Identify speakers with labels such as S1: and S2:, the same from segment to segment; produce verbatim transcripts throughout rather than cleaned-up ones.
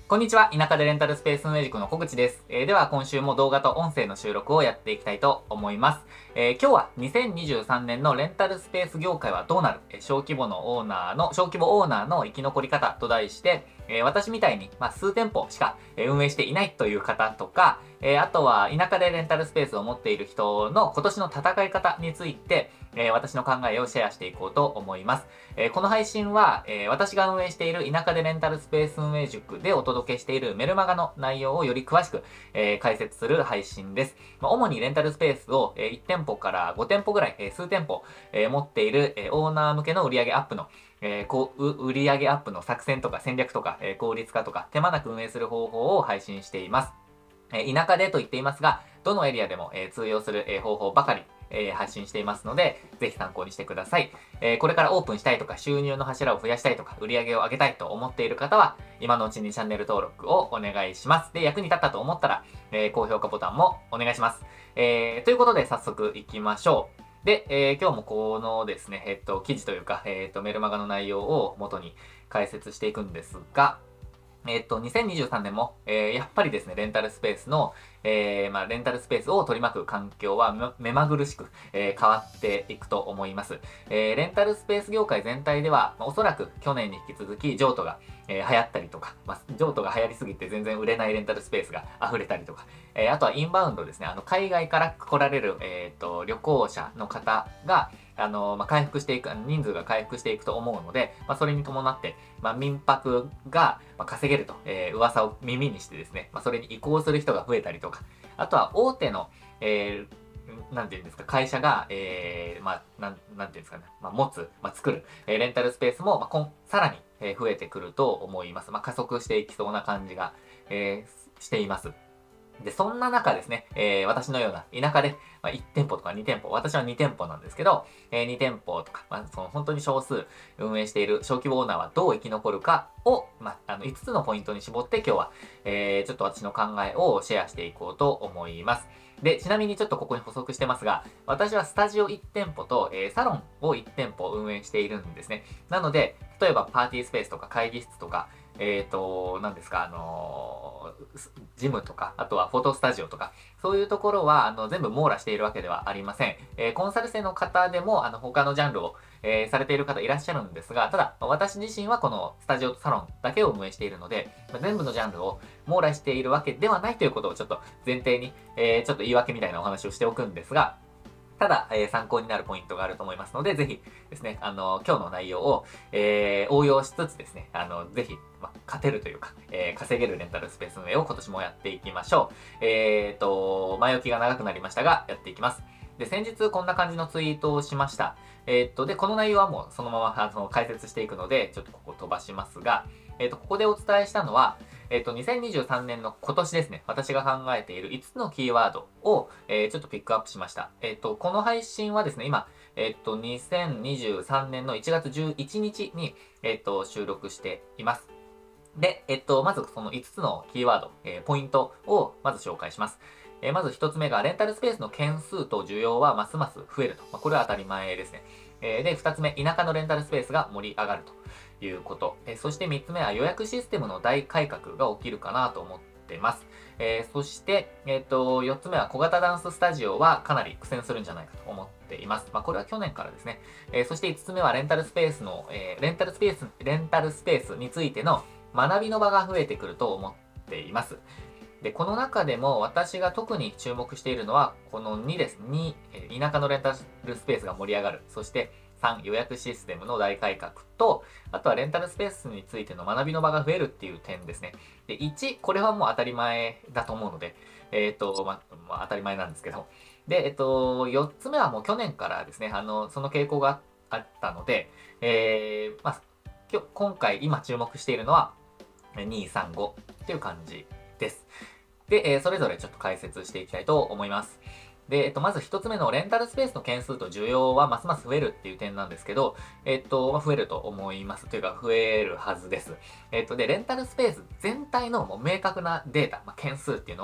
S1: こんにちは。田舎でレンタルスペース運営塾の小口です。えーでは今週も動画と音声の収録をやっていきたいと思います。えー今日はにせんにじゅうさんねんのレンタルスペース業界はどうなる、えー小規模のオーナーの、小規模オーナーの生き残り方と題して、えー私みたいに、まあ、数店舗しかえー運営していないという方とか、えーあとは田舎でレンタルスペースを持っている人の今年の戦い方について、えー私の考えをシェアしていこうと思います。えーこの配信は、えー私が運営している田舎でレンタルスペース運営塾でお届けしているメルマガの内容をより詳しく、えー解説する配信です。まあ、主にレンタルスペースを、えーいち店舗からご店舗ぐらい、えー数店舗、えー持っている、えーオーナー向けの売上アップのえーこう、売上アップの作戦とか戦略とか、えー効率化とか、手間なく運営する方法を配信しています。えー田舎でと言っていますが、どのエリアでも、えー通用する、えー方法ばかり、えー発信していますので、ぜひ参考にしてください。えーこれからオープンしたいとか、収入の柱を増やしたいとか、売り上げを上げたいと思っている方は、今のうちにチャンネル登録をお願いします。で、役に立ったと思ったら、えー高評価ボタンもお願いします。えーということで、早速行きましょう。で、えー今日もこのですね、えっと、記事というか、えっと、メルマガの内容を元に解説していくんですが、えっと、にせんにじゅうさんねんも、えーやっぱりですね、レンタルスペースの、えーまあ、レンタルスペースを取り巻く環境はめ目まぐるしく、えー変わっていくと思います。えーレンタルスペース業界全体では、まあおそらく去年に引き続き、譲渡が、えー流行ったりとか、まあ、譲渡が流行りすぎて全然売れないレンタルスペースが溢れたりとか、えーあとはインバウンドですね、あの、海外から来られる、えっと、旅行者の方が、あの、まあ、回復していく、人数が回復していくと思うので、まあ、それに伴って、まあ、民泊がまあ稼げると、えー、噂を耳にしてですね、まあ、それに移行する人が増えたりとか、あとは大手の、えー、なんていうんですか、会社が、えー、まあ、なん、なんていうんですかね、まあ、持つ、まあ、作る、えー、レンタルスペースも、まあ、こん、さらに、えー増えてくると思います。まあ、加速していきそうな感じが、えーしています。で、そんな中ですね、えー私のような田舎で、まあ、いち店舗とかに店舗、私はに店舗なんですけど、えーに店舗とか、まあ、その本当に少数運営している小規模オーナーはどう生き残るかを、まあ、あのいつつのポイントに絞って今日は、えーちょっと私の考えをシェアしていこうと思います。で、ちなみにちょっとここに補足してますが、私はスタジオいち店舗と、えーサロンをいち店舗運営しているんですね。なので、例えばパーティースペースとか会議室とか、えっ、と、何ですか、あのージムとか、あとはフォトスタジオとか、そういうところは、あの、全部網羅しているわけではありません。えーコンサル生の方でも、あの、他のジャンルを、えーされている方いらっしゃるんですが、ただ、私自身はこのスタジオとサロンだけを運営しているので、まあ全部のジャンルを網羅しているわけではないということをちょっと前提に、えーちょっと言い訳みたいなお話をしておくんですが、ただ、えー参考になるポイントがあると思いますので、ぜひですね、あの、今日の内容を、えー応用しつつですね、あの、ぜひ、ま、勝てるというか、えー稼げるレンタルスペース運営を今年もやっていきましょう。えーと、前置きが長くなりましたが、やっていきます。で、先日こんな感じのツイートをしました。えーっと、で、この内容はもうそのまま、あの、解説していくので、ちょっとここ飛ばしますが、えーっと、ここでお伝えしたのは、えっと、にせんにじゅうさんねんの今年ですね、私が考えているいつつのキーワードを、えーちょっとピックアップしました。えっと、この配信はですね、今、えっと、にせんにじゅうさんねんのいちがつじゅういちにちに、えっと、収録しています。で、えっと、まずそのいつつのキーワード、えーポイントをまず紹介します。えーまずひとつめが、レンタルスペースの件数と需要はますます増えると。まあ、これは当たり前ですね。えーで、ふたつめ、田舎のレンタルスペースが盛り上がるということ。えーそしてみっつめは、予約システムの大改革が起きるかなと思ってます。えーそして、えっと、よっつめは、小型ダンススタジオはかなり苦戦するんじゃないかと思っています。まあ、これは去年からですね。えーそしていつつめは、レンタルスペースの、えーレンタルスペース、レンタルスペースについての学びの場が増えてくると思っています。で、この中でも私が特に注目しているのは、このにです。に、えー田舎のレンタルスペースが盛り上がる。そしてさん、予約システムの大改革と、あとはレンタルスペースについての学びの場が増えるっていう点ですね。で、いち、これはもう当たり前だと思うので、えっと、ま、まあ、当たり前なんですけど。で、えっと、よっつめはもう去年からですね、あの、その傾向があったので、えー、まあ、今日、今回今注目しているのは、に、さん、ごっていう感じです。で、えーそれぞれちょっと解説していきたいと思います。で、えっと、まず一つ目のレンタルスペースの件数と需要はますます増えるっていう点なんですけど、えっと、まあ、増えると思います。というか、増えるはずです。えっと、で、レンタルスペース全体のもう明確なデータ、まあ、件数っていうのは、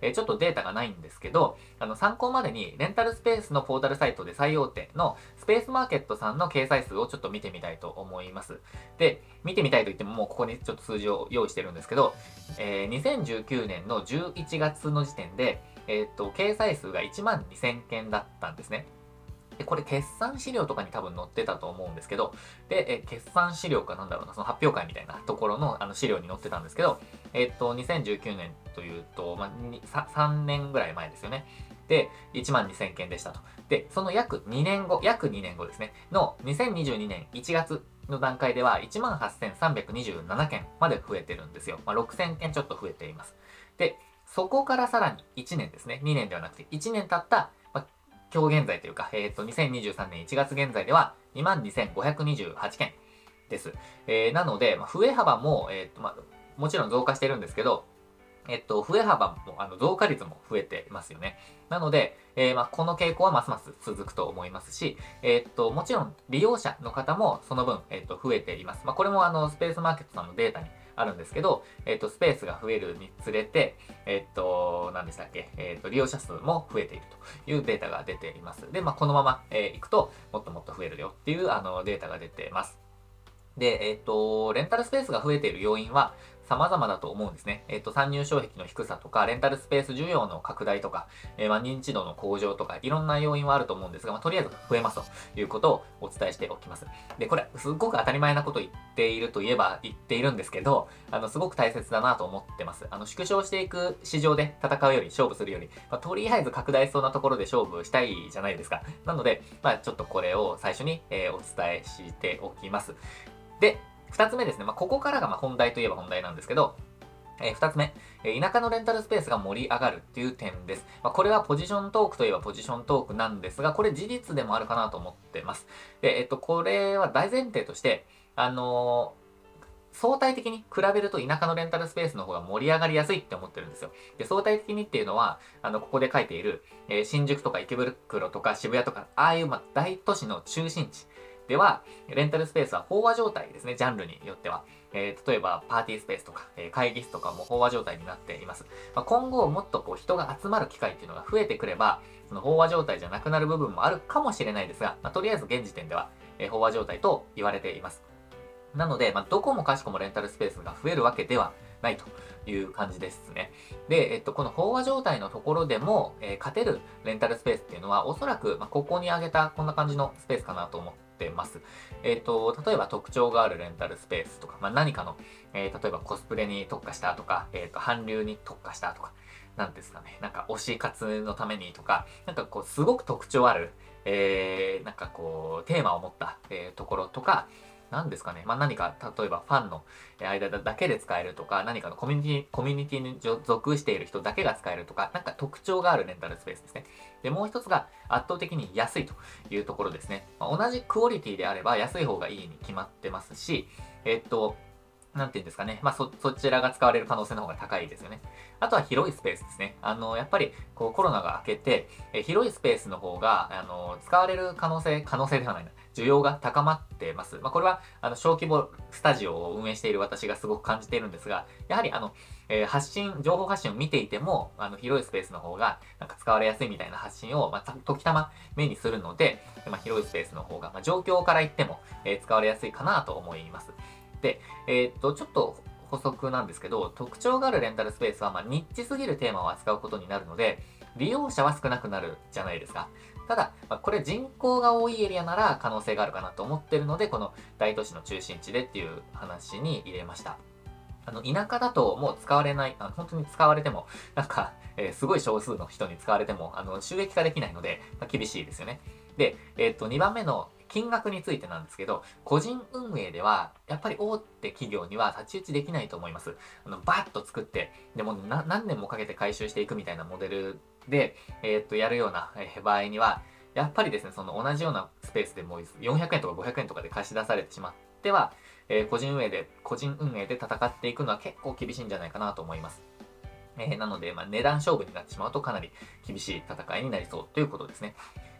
S1: えー、ちょっとデータがないんですけど、あの、参考までにレンタルスペースのポータルサイトで最大手のスペースマーケットさんの掲載数をちょっと見てみたいと思います。で、見てみたいと言ってももうここにちょっと数字を用意してるんですけど、えー、にせんじゅうきゅうねんのじゅういちがつの時点で、えー、っと、掲載数がいちまんにせんけんだったんですね。で、これ決算資料とかに多分載ってたと思うんですけど、で、え決算資料かなんだろうな、その発表会みたいなところのあの資料に載ってたんですけど、えっと、にせんじゅうきゅうねんというと、まあ、さんねんぐらい前ですよね。で、いちまんにせんけんでしたと。で、その約にねんご、約にねんごですね、のにせんにじゅうにねんいちがつの段階ではいちまんはっせんさんびゃくにじゅうななけんまで増えてるんですよ。まあ、ろくせんけんちょっと増えています。で、そこからさらにいちねんですね。にねんではなくていちねん経った、まあ、今日現在というか、えっと、にせんにじゅうさんねんいちがつ現在ではにまんにせんごひゃくにじゅうはちけんです。えー、なので、まあ、増え幅も、えっと、まあ、もちろん増加してるんですけど、えっと、増え幅も、あの、増加率も増えていますよね。なので、えー、まあ、この傾向はますます続くと思いますし、えっと、もちろん利用者の方もその分、えっと、増えています。まあ、これもあの、スペースマーケットさんのデータにあるんですけど、えっと、スペースが増えるにつれて、えっと、何でしたっけ、えっと、利用者数も増えているというデータが出ています。で、まあ、このまま、えー、いくと、もっともっと増えるよっていう、あの、データが出ています。で、えっと、レンタルスペースが増えている要因は様々だと思うんですね。えっと、参入障壁の低さとか、レンタルスペース需要の拡大とか、えー、まあ、認知度の向上とか、いろんな要因はあると思うんですが、まあ、とりあえず増えますということをお伝えしておきます。で、これ、すっごく当たり前なこと言っているといえば言っているんですけど、あの、すごく大切だなと思ってます。あの、縮小していく市場で戦うより、勝負するより、まあ、とりあえず拡大しそうなところで勝負したいじゃないですか。なので、まあ、ちょっとこれを最初に、えー、お伝えしておきます。で、二つ目ですね。まあ、ここからがまあ本題といえば本題なんですけど、えー、二つ目、えー、田舎のレンタルスペースが盛り上がるっていう点です。まあ、これはポジショントークといえばポジショントークなんですが、これ事実でもあるかなと思ってます。で、えっと、これは大前提として、あのー相対的に比べると田舎のレンタルスペースの方が盛り上がりやすいって思ってるんですよ。で、相対的にっていうのは、あの、ここで書いている、えー、新宿とか池袋とか渋谷とか、ああいう、まあ、大都市の中心地では、レンタルスペースは飽和状態ですね、ジャンルによっては。えー、例えば、パーティースペースとか、えー、会議室とかも飽和状態になっています。まあ、今後、もっとこう、人が集まる機会っていうのが増えてくれば、その飽和状態じゃなくなる部分もあるかもしれないですが、まあ、とりあえず現時点では、えー、飽和状態と言われています。なので、まあ、どこもかしこもレンタルスペースが増えるわけではないという感じですね。で、えっと、この飽和状態のところでも、えー、勝てるレンタルスペースっていうのは、おそらく、まあ、ここに挙げたこんな感じのスペースかなと思ってます。えっと、例えば特徴があるレンタルスペースとか、まあ、何かの、えー、例えばコスプレに特化したとか、えっと、韓流に特化したとか、なんですかね、なんか推し活のためにとか、なんかこう、すごく特徴ある、えー、なんかこう、テーマを持った、えー、ところとか、何ですかね。まあ、何か、例えばファンの間だけで使えるとか、何かのコミュニティ、コミュニティに属している人だけが使えるとか、なんか特徴があるレンタルスペースですね。で、もう一つが圧倒的に安いというところですね。まあ、同じクオリティであれば安い方がいいに決まってますし、えっと、なんていうんですかね。まあ、そ、そちらが使われる可能性の方が高いですよね。あとは広いスペースですね。あの、やっぱり、こう、コロナが明けて、え広いスペースの方が、あの、使われる可能性、可能性ではないな。需要が高まってます。まあ、これは、あの、小規模スタジオを運営している私がすごく感じているんですが、やはり、あの、えー、発信、情報発信を見ていても、あの、広いスペースの方が、なんか使われやすいみたいな発信を、まあ、時たま目にするので、まあ、広いスペースの方が、まあ、状況から言っても、えー、使われやすいかなと思います。で、えー、っと、ちょっと補足なんですけど、特徴があるレンタルスペースは、まあ、ニッチすぎるテーマを扱うことになるので、利用者は少なくなるじゃないですか。ただ、まあ、これ人口が多いエリアなら可能性があるかなと思ってるので、この大都市の中心地でっていう話に入れました。あの、田舎だともう使われない、あの本当に使われても、なんか、えーすごい少数の人に使われても、あの、収益化できないので、まあ、厳しいですよね。で、えっと、にばんめの金額についてなんですけど、個人運営では、やっぱり大手企業には太刀打ちできないと思います。あの、バーッと作って、でもな何年もかけて回収していくみたいなモデルで、えっと、やるようなえー場合には、やっぱりですね、その同じようなスペースでもよんひゃくえんとかごひゃくえんとかで貸し出されてしまっては、えー個人運営で、個人運営で戦っていくのは結構厳しいんじゃないかなと思います。えーなので、まあ、値段勝負になってしまうとかなり厳しい戦いになりそうということですね。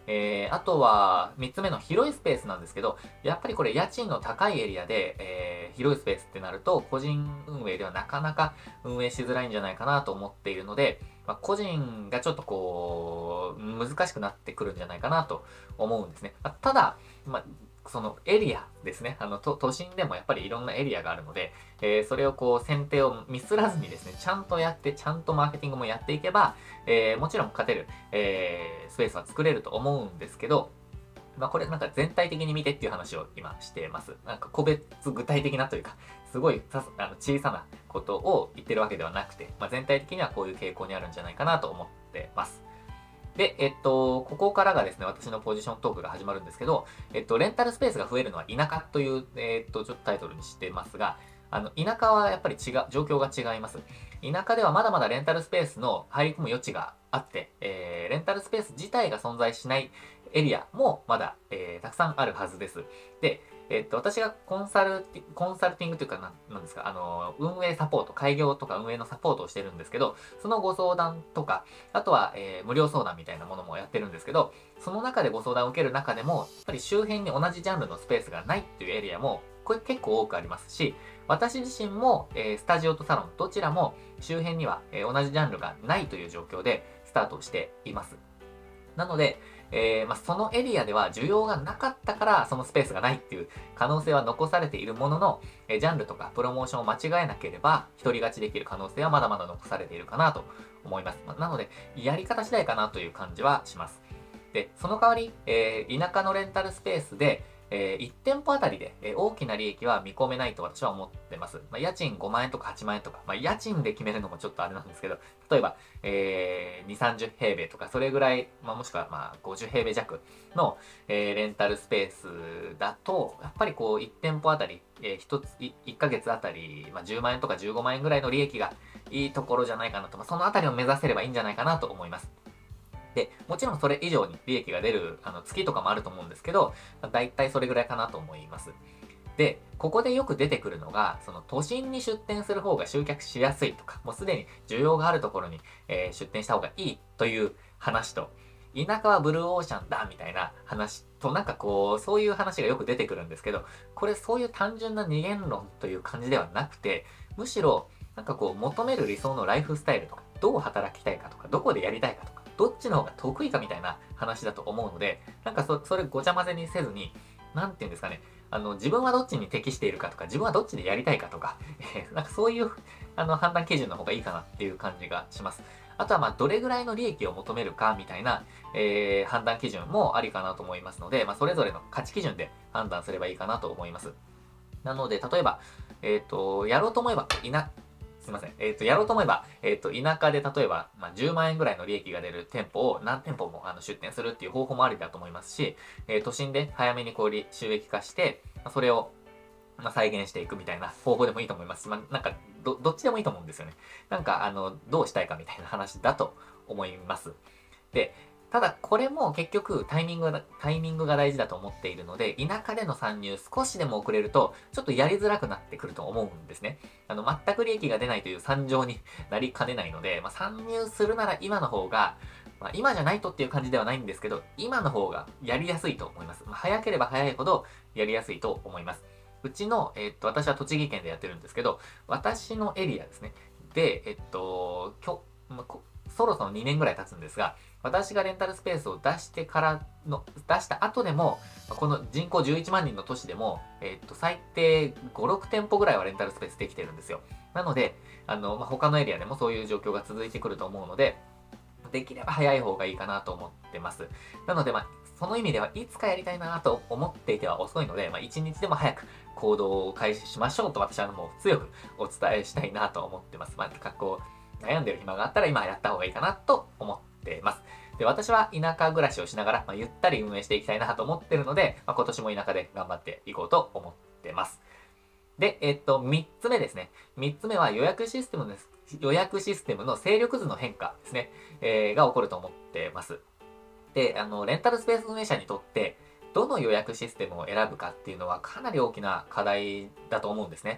S1: えー、あとは、みっつめの広いスペースなんですけど、やっぱりこれ家賃の高いエリアで、えー、広いスペースってなると、個人運営ではなかなか運営しづらいんじゃないかなと思っているので、まあ、個人がちょっとこう、難しくなってくるんじゃないかなと思うんですね。まあ、ただ、まあ、そのエリアですね。あの、都都心でもやっぱりいろんなエリアがあるので、えー、それをこう、選定をミスらずにですね、ちゃんとやって、ちゃんとマーケティングもやっていけば、えー、もちろん勝てる、えー、スペースは作れると思うんですけど、まあこれなんか全体的に見てっていう話を今してます。なんか個別具体的なというか、すごいさあの小さなことを言ってるわけではなくて、まあ、全体的にはこういう傾向にあるんじゃないかなと思ってます。で、えっと、ここからがですね、私のポジショントークが始まるんですけど、えっと、レンタルスペースが増えるのは田舎という、えっと、ちょっとタイトルにしてますが、あの、田舎はやっぱり違う、状況が違います。田舎ではまだまだレンタルスペースの入り込む余地があって、えー、レンタルスペース自体が存在しないエリアもまだ、えー、たくさんあるはずです。で、えっと、私がコンサルティ、コンサルティングというか、ななんですか、あの、運営サポート、開業とか運営のサポートをしてるんですけど、そのご相談とか、あとは、えー無料相談みたいなものもやってるんですけど、その中でご相談を受ける中でも、やっぱり周辺に同じジャンルのスペースがないっていうエリアも、これ結構多くありますし、私自身も、えースタジオとサロン、どちらも周辺には、えー同じジャンルがないという状況でスタートしています。なので、えーまあ、そのエリアでは需要がなかったからそのスペースがないっていう可能性は残されているものの、えージャンルとかプロモーションを間違えなければ独り勝ちできる可能性はまだまだ残されているかなと思います。まあ、なので、やり方次第かなという感じはします。で、その代わり、えー田舎のレンタルスペースで、えーいち店舗あたりで、えー大きな利益は見込めないと私は思ってます。まあ、家賃ごまん円とかはちまん円とか、まあ、家賃で決めるのもちょっとあれなんですけど、例えば、えー、に、さんじゅう平米とか、それぐらい、まあ、もしくはまあごじゅう平米弱の、えーレンタルスペースだと、やっぱりこういち店舗あたり、えー、ひとつ、いいっかげつあたり、まあ、じゅうまん円とかじゅうごまん円ぐらいの利益がいいところじゃないかなと、まあ、そのあたりを目指せればいいんじゃないかなと思います。で、もちろんそれ以上に利益が出るあの月とかもあると思うんですけど、だいたいそれぐらいかなと思います。で、ここでよく出てくるのが、その都心に出店する方が集客しやすいとか、もうすでに需要があるところに、えー出店した方がいいという話と、田舎はブルーオーシャンだみたいな話と、なんかこう、そういう話がよく出てくるんですけど、これそういう単純な二元論という感じではなくて、むしろ、なんかこう、求める理想のライフスタイルとか、どう働きたいかとか、どこでやりたいかとか、どっちの方が得意かみたいな話だと思うので、なんかそそれごちゃ混ぜにせずに、なんて言うんですかね、あの、自分はどっちに適しているかとか、自分はどっちでやりたいかとか、えーなんかそういうあの判断基準の方がいいかなっていう感じがします。あとは、まあ、どれぐらいの利益を求めるかみたいな、えー判断基準もありかなと思いますので、まあ、それぞれの価値基準で判断すればいいかなと思います。なので、例えば、えっ、と、やろうと思えば、いな、すいません。えっ、と、やろうと思えば、えっ、と、田舎で例えば、まあ、じゅうまん円ぐらいの利益が出る店舗を何店舗もあの出店するっていう方法もありだと思いますし、えー都心で早めにこう利収益化して、まあそれをまあ、再現していくみたいな方法でもいいと思いますし、まあ、なんかど、どっちでもいいと思うんですよね。なんか、あの、どうしたいかみたいな話だと思います。で、ただこれも結局タイミングが、タイミングが大事だと思っているので、田舎での参入少しでも遅れると、ちょっとやりづらくなってくると思うんですね。あの、全く利益が出ないという惨状になりかねないので、まあ、参入するなら今の方が、まあ、今じゃないとっていう感じではないんですけど、今の方がやりやすいと思います。まあ、早ければ早いほどやりやすいと思います。うちの、えっと、私は栃木県でやってるんですけど、私のエリアですね。で、えっと、きょ、まこそろそろにねんぐらい経つんですが、私がレンタルスペースを出してからの、出した後でも、この人口じゅういちまん人の都市でも、えっと、最低ご、ろく店舗ぐらいはレンタルスペースできてるんですよ。なので、あの、まあ、他のエリアでもそういう状況が続いてくると思うので、できれば早い方がいいかなと思ってます。なので、まあ、その意味ではいつかやりたいなと思っていては遅いので、まあ、一日でも早く行動を開始しましょうと私はもう強くお伝えしたいなと思ってます。まあ、格好悩んでる暇があったら今やった方がいいかなと思ってます。で、私は田舎暮らしをしながら、まあ、ゆったり運営していきたいなと思ってるので、まあ、今年も田舎で頑張っていこうと思ってます。で、えっと、みっつめですね。みっつめは予約システムです。予約システムの勢力図の変化ですね。えーが起こると思ってます。で、あの、レンタルスペース運営者にとって、どの予約システムを選ぶかっていうのはかなり大きな課題だと思うんですね。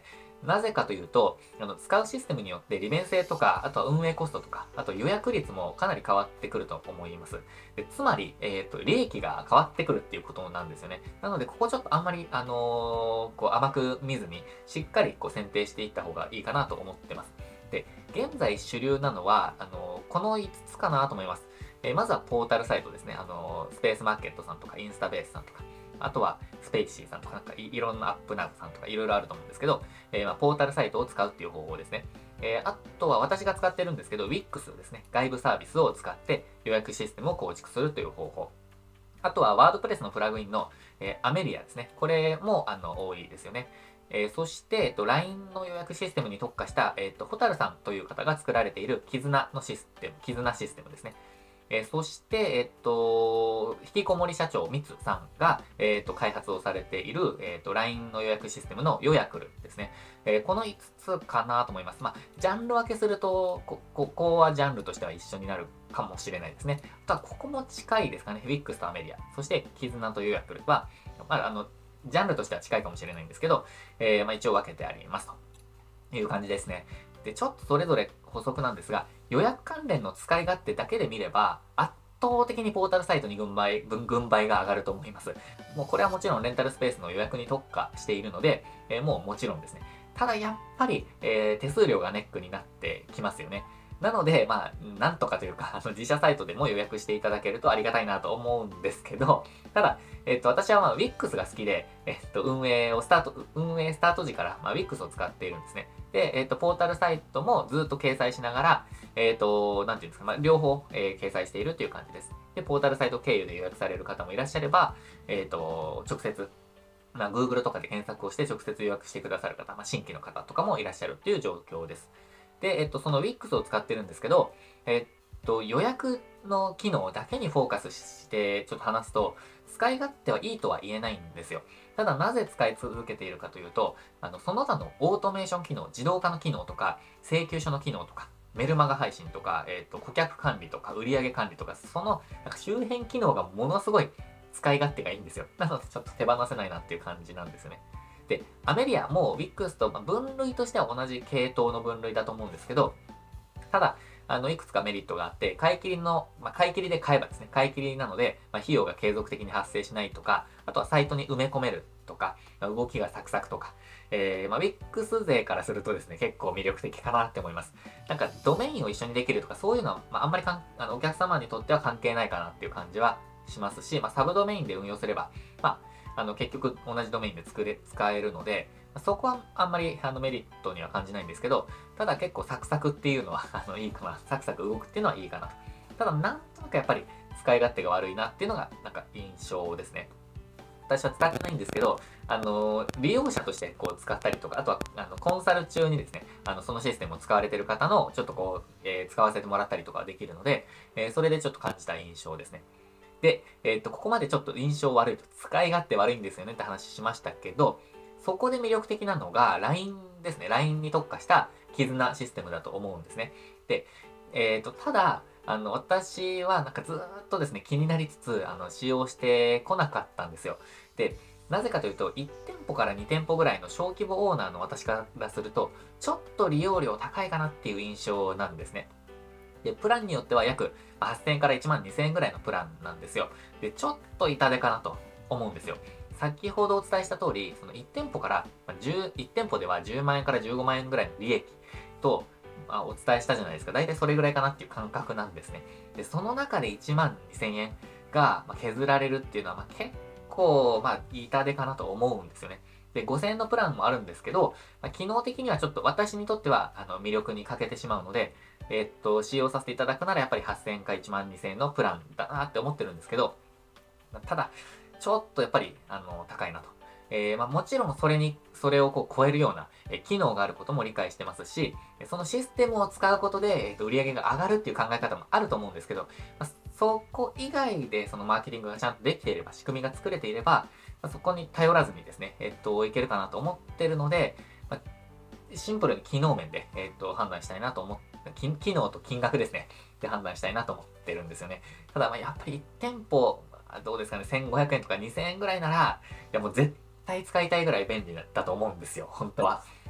S1: なぜかというと、あの使うシステムによって利便性とか、あとは運営コストとか、あと予約率もかなり変わってくると思います。でつまり、えっと、利益が変わってくるっていうことなんですよね。なので、ここちょっとあんまり、あのーこう甘く見ずに、しっかりこう選定していった方がいいかなと思ってます。で、現在主流なのは、あのーこのいつつかなと思います。えーまずはポータルサイトですね。あのースペースマーケットさんとか、インスタベースさんとか、あとはスペイシーさんとか、なんかいいろんなアップナウさんとかいろいろあると思うんですけど、えーまあ、ポータルサイトを使うっていう方法ですね。えーあとは私が使ってるんですけど、Wix ですね。外部サービスを使って予約システムを構築するという方法。あとはワードプレスのプラグインの、えーアメリアですね。これもあの多いですよね。えーそして、えっと、ライン の予約システムに特化した、えっと、ホタルさんという方が作られている絆のシステム、絆システムですね。えーそして、えっと、引きこもり社長、ミツさんが、えっと、開発をされている、えっと、ライン の予約システムの予約ルですね。えーこのいつつかなと思います。まあ、ジャンル分けすると、こ、ここはジャンルとしては一緒になるかもしれないですね。あとは、ここも近いですかね。Wix とアメリア。そして、絆と予約ルは、まあ、あの、ジャンルとしては近いかもしれないんですけど、えーまあ、一応分けてありますという感じですね。で、ちょっとそれぞれ補足なんですが、予約関連の使い勝手だけで見れば、圧倒的にポータルサイトに軍配、軍軍配が上がると思います。もうこれはもちろんレンタルスペースの予約に特化しているので、えーもうもちろんですね。ただやっぱり、えー手数料がネックになってきますよね。なので、まあ、なんとかというか、あの自社サイトでも予約していただけるとありがたいなと思うんですけど、ただ、えっと、私はまあ Wix が好きで、えっと、運営をスタート、運営スタート時から、まあ、Wix を使っているんですね。で、えっと、ポータルサイトもずっと掲載しながら、えっと、なんていうんですか、まあ、両方、えー掲載しているという感じです。で、ポータルサイト経由で予約される方もいらっしゃれば、えっと、直接、まあ、Google とかで検索をして直接予約してくださる方、まあ、新規の方とかもいらっしゃるという状況です。で、えっと、その Wix を使ってるんですけど、えっと、予約の機能だけにフォーカスしてちょっと話すと、使い勝手はいいとは言えないんですよ。ただなぜ使い続けているかというと、あの、その他のオートメーション機能、自動化の機能とか、請求書の機能とか、メルマガ配信とか、えっと、顧客管理とか、売上管理とか、そのなんか周辺機能がものすごい使い勝手がいいんですよ。なのでちょっと手放せないなっていう感じなんですよね。で、アメリアも Wix と、まあ、分類としては同じ系統の分類だと思うんですけど、ただ、あの、いくつかメリットがあって、買い切りの、まあ、買い切りで買えばですね、買い切りなので、まあ、費用が継続的に発生しないとか、あとはサイトに埋め込めるとか、まあ動きがサクサクとか、えー、まあ、Wix 勢からするとですね、結構魅力的かなって思います。なんか、ドメインを一緒にできるとか、そういうのは、まあ、あんまりかんあのお客様にとっては関係ないかなっていう感じはしますし、まあ、サブドメインで運用すれば、まあ、あの、結局同じドメインで作れ、使えるので、そこはあんまりあのメリットには感じないんですけど、ただ結構サクサクっていうのはあのいいかな。サクサク動くっていうのはいいかなと。ただなんとなくやっぱり使い勝手が悪いなっていうのがなんか印象ですね。私は使ってないんですけど、あの、利用者としてこう使ったりとか、あとはあのコンサル中にですね、あのそのシステムを使われている方のちょっとこう、えー使わせてもらったりとかできるので、えーそれでちょっと感じた印象ですね。で、えっと、ここまでちょっと印象悪いと、使い勝手悪いんですよねって話しましたけど、そこで魅力的なのが ライン ですね。ライン に特化した絆システムだと思うんですね。で、えっと、ただ、あの、私はなんかずーっとですね、気になりつつ、あの、使用してこなかったんですよ。で、なぜかというと、いち店舗からに店舗ぐらいの小規模オーナーの私からすると、ちょっと利用料高いかなっていう印象なんですね。で、プランによっては約はっせんえんからいちまんにせんえんぐらいのプランなんですよ。で、ちょっと痛手かなと思うんですよ。先ほどお伝えした通り、そのいち店舗からじゅう、いち店舗ではじゅうまん円からじゅうごまん円ぐらいの利益と、まあ、お伝えしたじゃないですか。だいたいそれぐらいかなっていう感覚なんですね。で、その中でいちまんにせんえんがまあ削られるっていうのは、まあ、結構、まあ、痛手かなと思うんですよね。で、ごせんえんのプランもあるんですけど、まあ、機能的にはちょっと私にとってはあの魅力に欠けてしまうので、えーっと、使用させていただくならやっぱりはっせんえんかいちまんにせんえんのプランだなって思ってるんですけど、ただ、ちょっとやっぱり、あの、高いなと。えー、まあ、もちろんそれに、それをこう超えるような、えー機能があることも理解してますし、そのシステムを使うことで、えーと、売り上げが上がるっていう考え方もあると思うんですけど、まあ、そこ以外でそのマーケティングがちゃんとできていれば、仕組みが作れていれば、まあ、そこに頼らずにですね、えっと、いけるかなと思ってるので、まあ、シンプルに機能面で、えっと、判断したいなと思って、機能と金額ですね。で判断したいなと思ってるんですよね。ただ、まあ、やっぱりいち店舗、どうですかね、せんごひゃくえんとかにせんえんぐらいなら、いやもう絶対使いたいぐらい便利だと思うんですよ、本当は。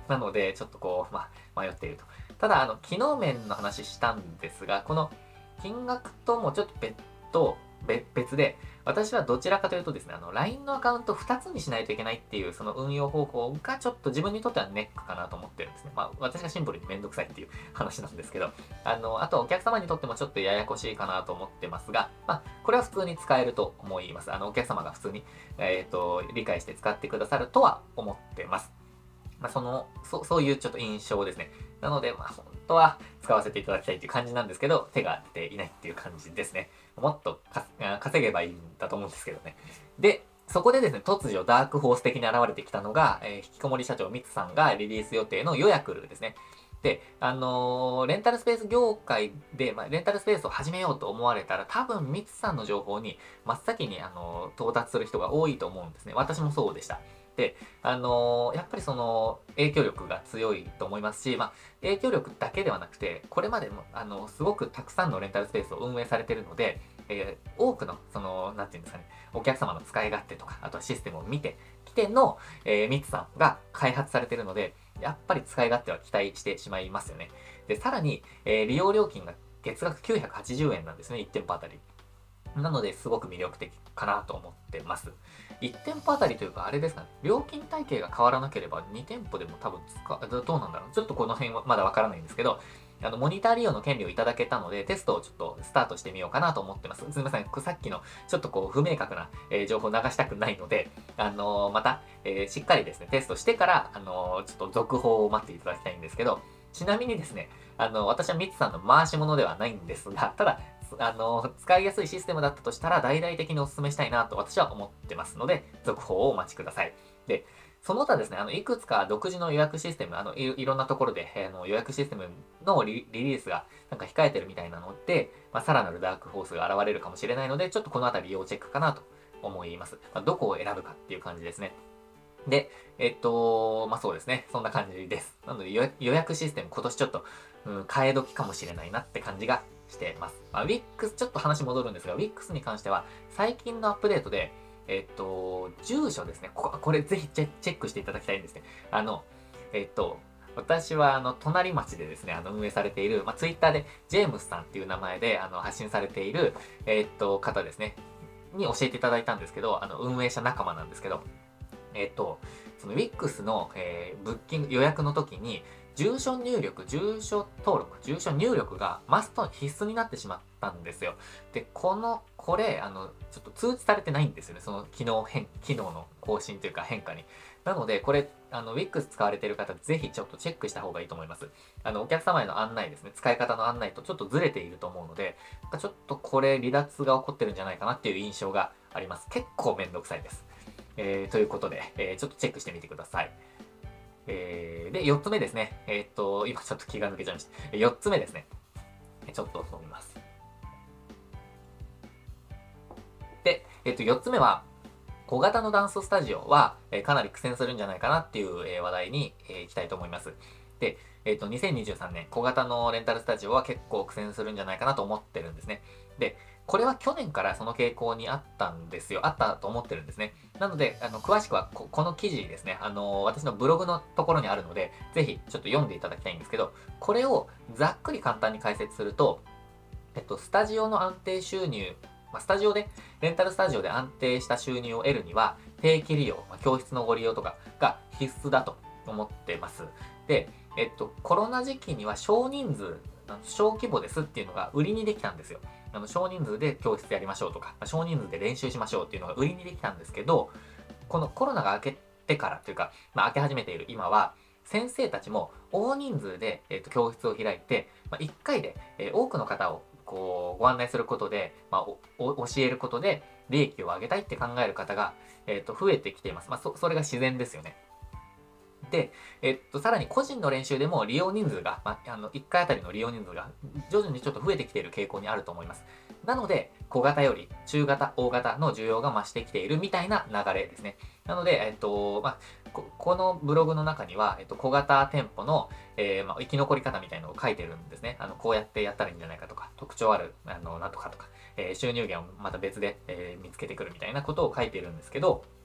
S1: なので、ちょっとこう、まあ、迷っていると。ただ、あの、機能面の話したんですが、この金額ともちょっと別途、別別で、私はどちらかというとですね、あの、ライン のアカウントふたつにしないといけないっていう、その運用方法がちょっと自分にとってはネックかなと思ってるんですね。まあ、私がシンプルにめんどくさいっていう話なんですけど、あの、あとお客様にとってもちょっとややこしいかなと思ってますが、まあ、これは普通に使えると思います。あの、お客様が普通に、えっと、理解して使ってくださるとは思ってます。まあ、その、そ、そういうちょっと印象ですね。なので、まあ、本当は使わせていただきたいっていう感じなんですけど、手が出ていないっていう感じですね。もっとか稼げばいいんだと思うんですけどね。で、そこでですね、突如ダークホース的に現れてきたのが、えー、引きこもり社長ミツさんがリリース予定の予約ルーですね。で、あのーレンタルスペース業界で、まあ、レンタルスペースを始めようと思われたら、多分ミツさんの情報に真っ先に、あのー到達する人が多いと思うんですね。私もそうでした。で、あのーやっぱりその影響力が強いと思いますし、まあ、影響力だけではなくて、これまでも、あの、すごくたくさんのレンタルスペースを運営されているので、えー多くの、その、なんていうんですかね、お客様の使い勝手とか、あとはシステムを見てきての、えー、ミツさんが開発されているので、やっぱり使い勝手は期待してしまいますよね。で、さらに、えー利用料金が月額きゅうひゃくはちじゅうえんなんですね、いち店舗あたり。なので、すごく魅力的かなと思ってます。いち店舗あたりというか、あれですかね、料金体系が変わらなければに店舗でも多分使う、どうなんだろう。ちょっとこの辺はまだわからないんですけど、あの、モニター利用の権利をいただけたので、テストをちょっとスタートしてみようかなと思ってます。すみません、さっきのちょっとこう、不明確な、えー情報を流したくないので、あのーまた、えーしっかりですね、テストしてから、あのーちょっと続報を待っていただきたいんですけど、ちなみにですね、あの、私はミツさんの回し物ではないんですが、ただ、あの、使いやすいシステムだったとしたら、大々的にお勧めしたいなと私は思ってますので、続報をお待ちください。で、その他ですね、あの、いくつか独自の予約システム、あの、いいろんなところで、あの予約システムのリリリースがなんか控えてるみたいなので、まあ、さらなるダークホースが現れるかもしれないので、ちょっとこのあたり要チェックかなと思います。まあ、どこを選ぶかっていう感じですね。で、えっと、まあ、そうですね。そんな感じです。なので予約システム今年ちょっと、うん、変え時かもしれないなって感じがしてます。まあ、Wix、ちょっと話戻るんですが、Wix に関しては最近のアップデートで、えっと、住所ですね。ここれぜひチェチェックしていただきたいんですね。あの、えっと、私は、あの、隣町でですね、あの、運営されている、まあ、ツイッターで、ジェームスさんっていう名前で、あの、発信されている、えっと、方ですね、に教えていただいたんですけど、あの、運営者仲間なんですけど、えっと、その Wix の、えーブッキング予約の時に、住所入力、住所登録、住所入力がマスト必須になってしまったんですよ。で、この、これ、あの、ちょっと通知されてないんですよね。その機能変、機能の更新というか変化に。なので、これ、あの、Wix 使われている方、ぜひちょっとチェックした方がいいと思います。あの、お客様への案内ですね。使い方の案内とちょっとずれていると思うので、ちょっとこれ離脱が起こってるんじゃないかなっていう印象があります。結構めんどくさいです。えー、ということで、えー、ちょっとチェックしてみてください。えー、で、よっつめですね。えー、っと、今ちょっと気が抜けちゃいました。よっつめですね。ちょっと飲みます。で、えー、っと、よっつめは、小型のダンススタジオは、えーかなり苦戦するんじゃないかなっていう、えー話題に、えー行きたいと思います。で、えっと、にせんにじゅうさんねん、小型のレンタルスタジオは結構苦戦するんじゃないかなと思ってるんですね。で、これは去年からその傾向にあったんですよ。あったと思ってるんですね。なので、あの、詳しくはこ、この記事ですね。あの、私のブログのところにあるので、ぜひちょっと読んでいただきたいんですけど、これをざっくり簡単に解説すると、えっと、スタジオの安定収入、まあ、スタジオで、レンタルスタジオで安定した収入を得るには、定期利用、まあ、教室のご利用とかが必須だと思ってます。で、えっと、コロナ時期には少人数、小規模ですっていうのが売りにできたんですよ。あの少人数で教室やりましょうとか、少人数で練習しましょうっていうのが売りにできたんですけど、このコロナが明けてからというか、まあ、明け始めている今は、先生たちも大人数で、えっと教室を開いて、まあ、いっかいで、えー多くの方をこうご案内することで、まあ、おお教えることで利益を上げたいって考える方が、えっと増えてきています。まあ、そそれが自然ですよね。で、えっと、さらに個人の練習でも利用人数が、まあ、あの、いっかいあたりの利用人数が徐々にちょっと増えてきている傾向にあると思います。なので、小型より中型、大型の需要が増してきているみたいな流れですね。なので、えっと、まあ、ここのブログの中には、えっと、小型店舗の、えーまあ、生き残り方みたいなのを書いてるんですね。あの、こうやってやったらいいんじゃないかとか、特徴ある、あの、なんとかとか、えー収入源をまた別で、えー見つけてくるみたいなことを書いているんですけど、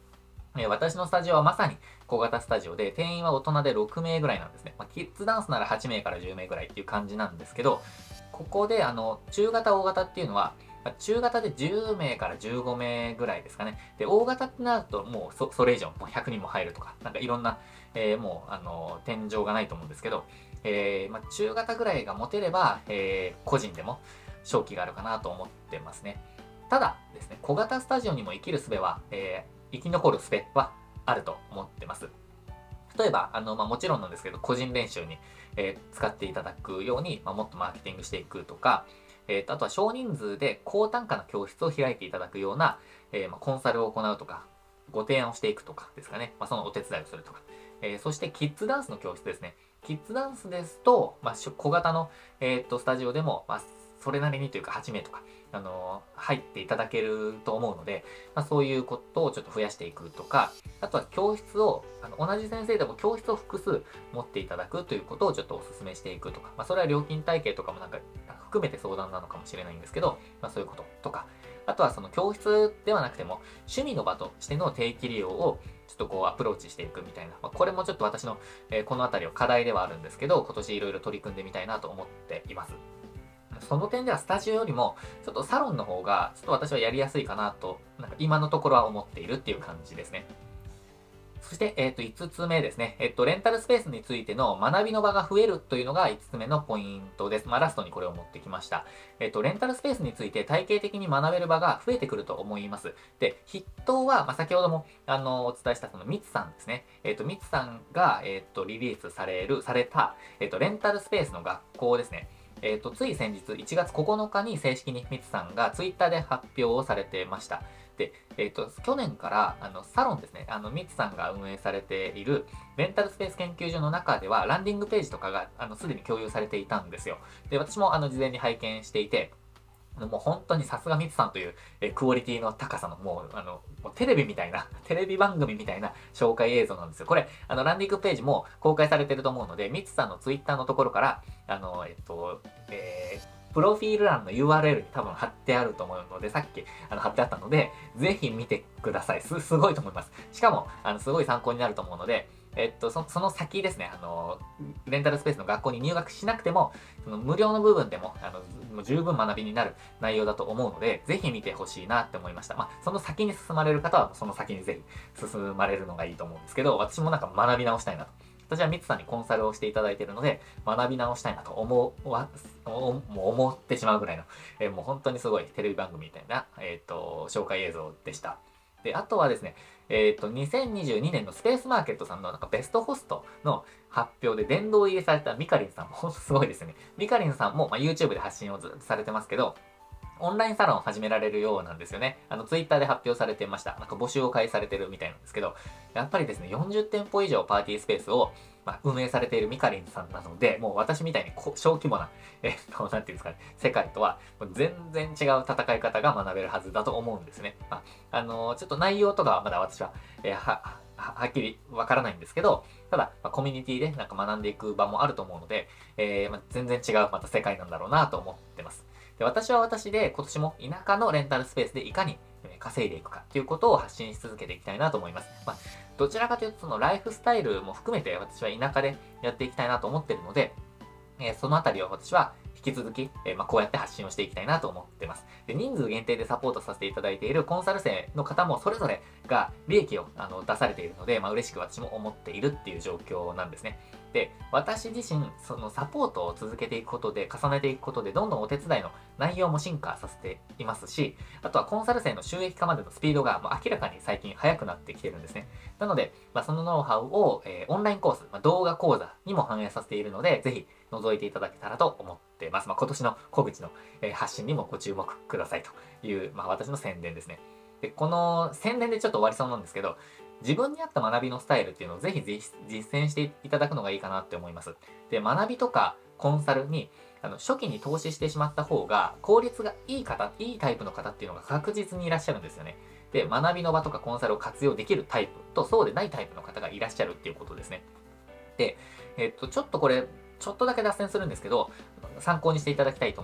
S1: えー私のスタジオはまさに小型スタジオで、定員は大人でろくめいぐらいなんですね。まあ、キッズダンスならはちめいからじゅうめいぐらいっていう感じなんですけど、ここで、あの、中型、大型っていうのは、まあ中型でじゅうめいからじゅうごめいぐらいですかね。で、大型ってなるともうそそれ以上、もうひゃくにんも入るとか、なんかいろんな、えーもう、あの、天井がないと思うんですけど、えーまあ、中型ぐらいが持てれば、えー個人でも勝機があるかなと思ってますね。ただですね、小型スタジオにも生きる術は、えー生き残る術はあると思ってます。例えば、あの、まあ、もちろんなんですけど、個人練習に、えー使っていただくように、まあ、もっとマーケティングしていくとか、えーと、あとは少人数で高単価の教室を開いていただくような、えーまあ、コンサルを行うとか、ご提案をしていくとかですかね。まあ、そのお手伝いをするとか。えーそして、キッズダンスの教室ですね。キッズダンスですと、まあ、しょ小型の、えーと、スタジオでも、まあ、それなりにというかはちめいとか、あのー入っていただけると思うので、まあ、そういうことをちょっと増やしていくとか、あとは教室を、あの同じ先生でも教室を複数持っていただくということをちょっとお勧めしていくとか、まあ、それは料金体系とかもなんか含めて相談なのかもしれないんですけど、まあ、そういうこととか、あとはその教室ではなくても趣味の場としての定期利用をちょっとこうアプローチしていくみたいな、まあ、これもちょっと私の、えーこのあたりを課題ではあるんですけど、今年いろいろ取り組んでみたいなと思っています。その点ではスタジオよりも、ちょっとサロンの方が、ちょっと私はやりやすいかなと、なんか今のところは思っているっていう感じですね。そして、えっと、いつつめですね。えっと、レンタルスペースについての学びの場が増えるというのがいつつめのポイントです。まあ、ラストにこれを持ってきました。えっと、レンタルスペースについて体系的に学べる場が増えてくると思います。で、筆頭は、まあ、先ほども、あの、お伝えしたそのミツさんですね。えっと、ミツさんが、えっと、リリースされる、された、えっと、レンタルスペースの学校ですね。えっと、つい先日、いちがつここのかに正式にミツさんがツイッターで発表をされてました。で、えっと、去年から、あの、サロンですね、あの、ミツさんが運営されているレンタルスペース研究所の中では、ランディングページとかが、あの、すでに共有されていたんですよ。で、私も、あの、事前に拝見していて、あのもう本当にさすがミツさんという、えクオリティの高さの、もう、あの、もうテレビみたいな、テレビ番組みたいな紹介映像なんですよ。これ、あの、ランディングページも公開されてると思うので、ミツさんのツイッターのところから、あの、えっと、えープロフィール欄の ユーアールエル に多分貼ってあると思うので、さっきあの貼ってあったので、ぜひ見てください。す、すごいと思います。しかも、あの、すごい参考になると思うので、えっと、そその先ですね、あの、レンタルスペースの学校に入学しなくても、その無料の部分でも、あの、もう十分学びになる内容だと思うので、ぜひ見てほしいなって思いました。まあ、その先に進まれる方は、その先にぜひ進まれるのがいいと思うんですけど、私もなんか学び直したいなと。私はミツさんにコンサルをしていただいているので、学び直したいなと思うわ、もう思ってしまうぐらいの、えーもう本当にすごいテレビ番組みたいな、えっと、紹介映像でした。で、あとはですね、えっと、にせんにじゅうにねんのスペースマーケットさんのなんかベストホストの発表で殿堂入りされたミカリンさんも本当すごいですよね。ミカリンさんも、まあ、YouTube で発信をずっとされてますけど、オンラインサロンを始められるようなんですよね。あの、ツイッターで発表されてました。なんか募集を開始されてるみたいなんですけど、やっぱりですね、よんじゅってんぽ以上パーティースペースを、まあ、運営されているミカリンさんなので、もう私みたいにこ小規模な、えっと、なんていうんですかね、世界とは、もう全然違う戦い方が学べるはずだと思うんですね。まあ、あのーちょっと内容とかはまだ私は、えーは、ははっきりわからないんですけど、ただ、まあ、コミュニティでなんか学んでいく場もあると思うので、えーまあ、全然違うまた世界なんだろうなと思ってます。で、私は私で今年も田舎のレンタルスペースでいかに稼いでいくかっていうことを発信し続けていきたいなと思います。まあ、どちらかというとそのライフスタイルも含めて私は田舎でやっていきたいなと思っているので、えーそのあたりを私は引き続き、えーまあ、こうやって発信をしていきたいなと思っています。で、人数限定でサポートさせていただいているコンサル生の方もそれぞれが利益をあの出されているので、まあ、嬉しく私も思っているっていう状況なんですね。で、私自身、そのサポートを続けていくことで、重ねていくことで、どんどんお手伝いの内容も進化させていますし、あとはコンサル生の収益化までのスピードがもう明らかに最近速くなってきてるんですね。なので、まあ、そのノウハウを、えーオンラインコース、まあ、動画講座にも反映させているので、ぜひ覗いていただけたらと思っています。まあ、今年の小口の、えー発信にもご注目くださいという、まあ、私の宣伝ですね。で、この宣伝でちょっと終わりそうなんですけど、自分に合った学びのスタイルっていうのをぜひ実実践していただくのがいいかなって思います。で、学びとかコンサルにあの初期に投資してしまった方が効率がいい方、いいタイプの方っていうのが確実にいらっしゃるんですよね。で、学びの場とかコンサルを活用できるタイプとそうでないタイプの方がいらっしゃるっていうことですね。で、えっと、ちょっとこれ、ちょっとだけ脱線するんですけど、参考にしていただきたいと思っ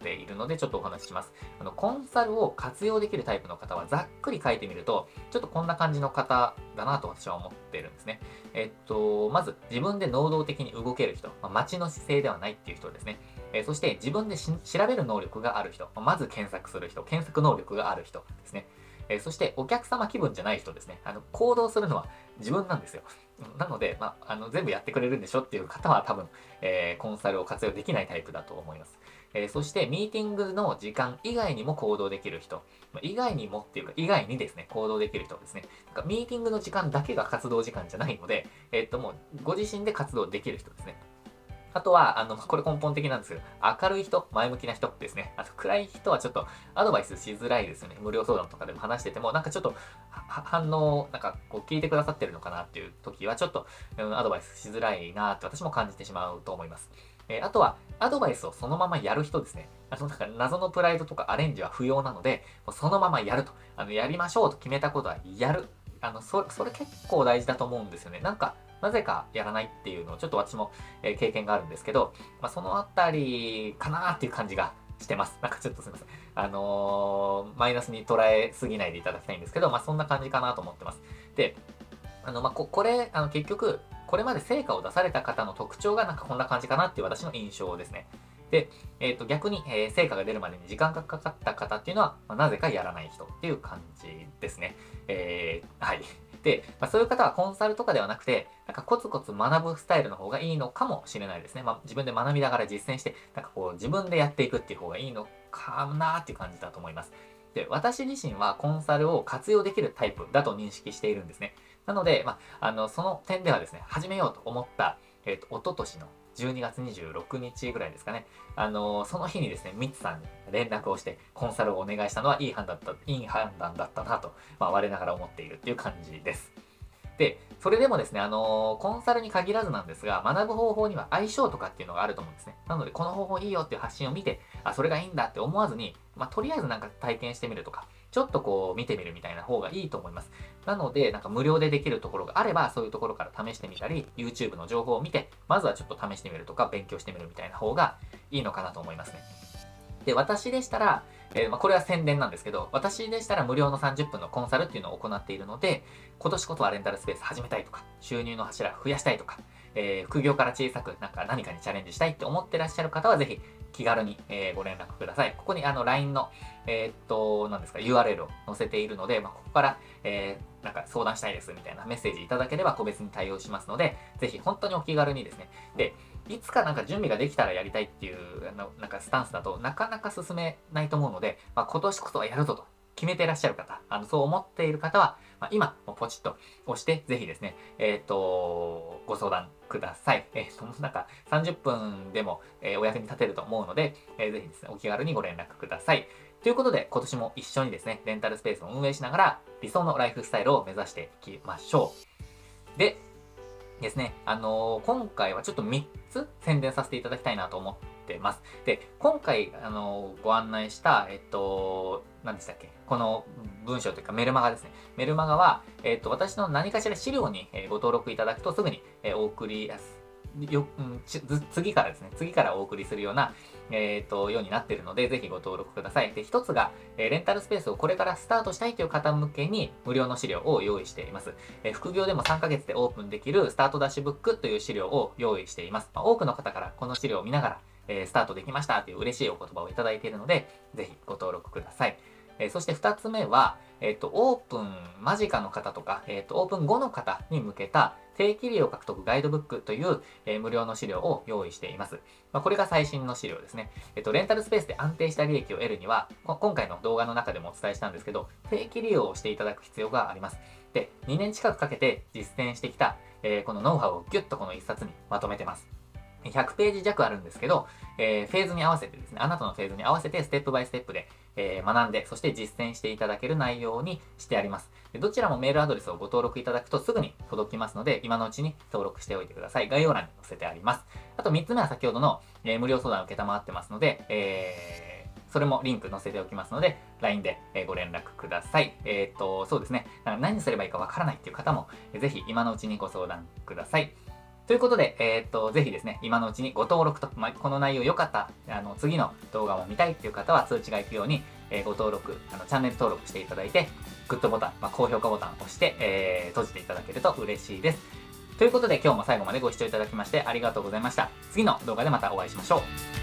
S1: っているので、ちょっとお話しします。あの、コンサルを活用できるタイプの方は、ざっくり書いてみると、ちょっとこんな感じの方だなと私は思っているんですね。えっと、まず、自分で能動的に動ける人、まあ、待ちの姿勢ではないっていう人ですね。えーそして、自分でし調べる能力がある人、まず検索する人、検索能力がある人ですね。えーそして、お客様気分じゃない人ですね。あの、行動するのは自分なんですよ。なので、まあ、あの、全部やってくれるんでしょっていう方は多分、えーコンサルを活用できないタイプだと思います。えーそして、ミーティングの時間以外にも行動できる人、まあ以外にもっていうか、以外にですね、行動できる人ですね。なんかミーティングの時間だけが活動時間じゃないので、えーっと、もう、ご自身で活動できる人ですね。あとは、あの、これ根本的なんですけど、明るい人、前向きな人ですね。あと、暗い人はちょっとアドバイスしづらいですよね。無料相談とかでも話してても、なんかちょっと、反応、なんかこう聞いてくださってるのかなっていう時は、ちょっと、うん、アドバイスしづらいなって私も感じてしまうと思います。えーあとは、アドバイスをそのままやる人ですね。あの、なんか謎のプライドとかアレンジは不要なので、もうそのままやると。あの、やりましょうと決めたことはやる。あの、そそれ結構大事だと思うんですよね。なんか、なぜかやらないっていうのをちょっと私も、えー経験があるんですけど、まあ、そのあたりかなーっていう感じがしてます。なんかちょっとすみません。あのーマイナスに捉えすぎないでいただきたいんですけど、まあ、そんな感じかなと思ってます。で、あの、まあ、こ、これ、あの、結局、これまで成果を出された方の特徴がなんかこんな感じかなっていう私の印象ですね。で、えっと、逆に、えー成果が出るまでに時間がかかった方っていうのは、まあ、なぜかやらない人っていう感じですね。えー、はい。で、まあ、そういう方はコンサルとかではなくて、なんかコツコツ学ぶスタイルの方がいいのかもしれないですね。まあ、自分で学びながら実践して、なんかこう自分でやっていくっていう方がいいのかなっていう感じだと思います。で、私自身はコンサルを活用できるタイプだと認識しているんですね。なので、まあ、あの、その点ではですね、始めようと思った、えっと、一昨年のじゅうにがつにじゅうろくにちぐらいですかね。あの、その日にですね、ミツさんに連絡をして、コンサルをお願いしたのはいい判断だった、いい判断だったなと、まあ、我ながら思っているっていう感じです。で、それでもですね、あのーコンサルに限らずなんですが、学ぶ方法には相性とかっていうのがあると思うんですね。なので、この方法いいよっていう発信を見て、あ、それがいいんだって思わずに、まあ、とりあえずなんか体験してみるとか、ちょっとこう見てみるみたいな方がいいと思います。なので、なんか無料でできるところがあれば、そういうところから試してみたり、YouTube の情報を見て、まずはちょっと試してみるとか、勉強してみるみたいな方がいいのかなと思いますね。で、私でしたら、えーまあ、これは宣伝なんですけど、私でしたら無料のさんじゅっぷんのコンサルっていうのを行っているので、今年こそはレンタルスペース始めたいとか、収入の柱増やしたいとか、えー副業から小さくなんか何かにチャレンジしたいって思ってらっしゃる方は、ぜひ気軽に、えーご連絡ください。ここにあの ライン の、えーっと、なんですか、ユーアールエル を載せているので、まあ、ここから、えーなんか相談したいですみたいなメッセージいただければ個別に対応しますので、ぜひ本当にお気軽にですね。で、いつかなんか準備ができたらやりたいっていう、あの、なんかスタンスだとなかなか進めないと思うので、まあ、今年こそはやるぞと決めていらっしゃる方、あの、そう思っている方は、まあ、今、もうポチッと押して、ぜひですね、えっ、と、ご相談ください。えっ、と、なんかさんじゅっぷんでも、えーお役に立てると思うので、えーぜひですね、お気軽にご連絡ください。ということで、今年も一緒にですね、レンタルスペースを運営しながら、理想のライフスタイルを目指していきましょう。で、ですね、あのー今回はちょっとみっつ宣伝させていただきたいなと思ってます。で、今回、あのーご案内した、えっと、何でしたっけ、この文章というかメルマガですね。メルマガは、えっと、私の何かしら資料にえーご登録いただくとすぐにえーお送りやす、よ、うんちず次からですね、次からお送りするような、えっと、ようになっているので、ぜひご登録ください。で、一つが、えーレンタルスペースをこれからスタートしたいという方向けに無料の資料を用意しています。えー副業でもさんかげつでオープンできるスタートダッシュブックという資料を用意しています。まあ、多くの方からこの資料を見ながら、えースタートできましたという嬉しいお言葉をいただいているので、ぜひご登録ください。えーそしてふたつめは、えっと、オープン間近の方とか、えっと、オープン後の方に向けた定期利用獲得ガイドブックという、えー無料の資料を用意しています。まあ、これが最新の資料ですね。えっと、レンタルスペースで安定した利益を得るには、こ今回の動画の中でもお伝えしたんですけど、定期利用をしていただく必要があります。で、にねん近くかけて実践してきた、えーこのノウハウをギュッとこのいっさつにまとめてます。ひゃくページ弱あるんですけど、えーフェーズに合わせてですね、あなたのフェーズに合わせてステップバイステップで、えー学んで、そして実践していただける内容にしてあります。でどちらもメールアドレスをご登録いただくとすぐに届きますので、今のうちに登録しておいてください。概要欄に載せてあります。あとみっつめは先ほどの、えー無料相談を受けたまってますので、えーそれもリンク載せておきますので、ライン でご連絡ください。えーっと、そうですね。何すればいいかわからないっていう方も、ぜひ今のうちにご相談ください。 ということで、えーっと、ぜひですね、今のうちにご登録と、まあ、この内容良かった、あの、次の動画も見たいっていう方は通知が行くように、えーご登録、あの、チャンネル登録していただいて、グッドボタン、まあ、高評価ボタンを押して、えー、閉じていただけると嬉しいです。ということで、今日も最後までご視聴いただきましてありがとうございました。次の動画でまたお会いしましょう。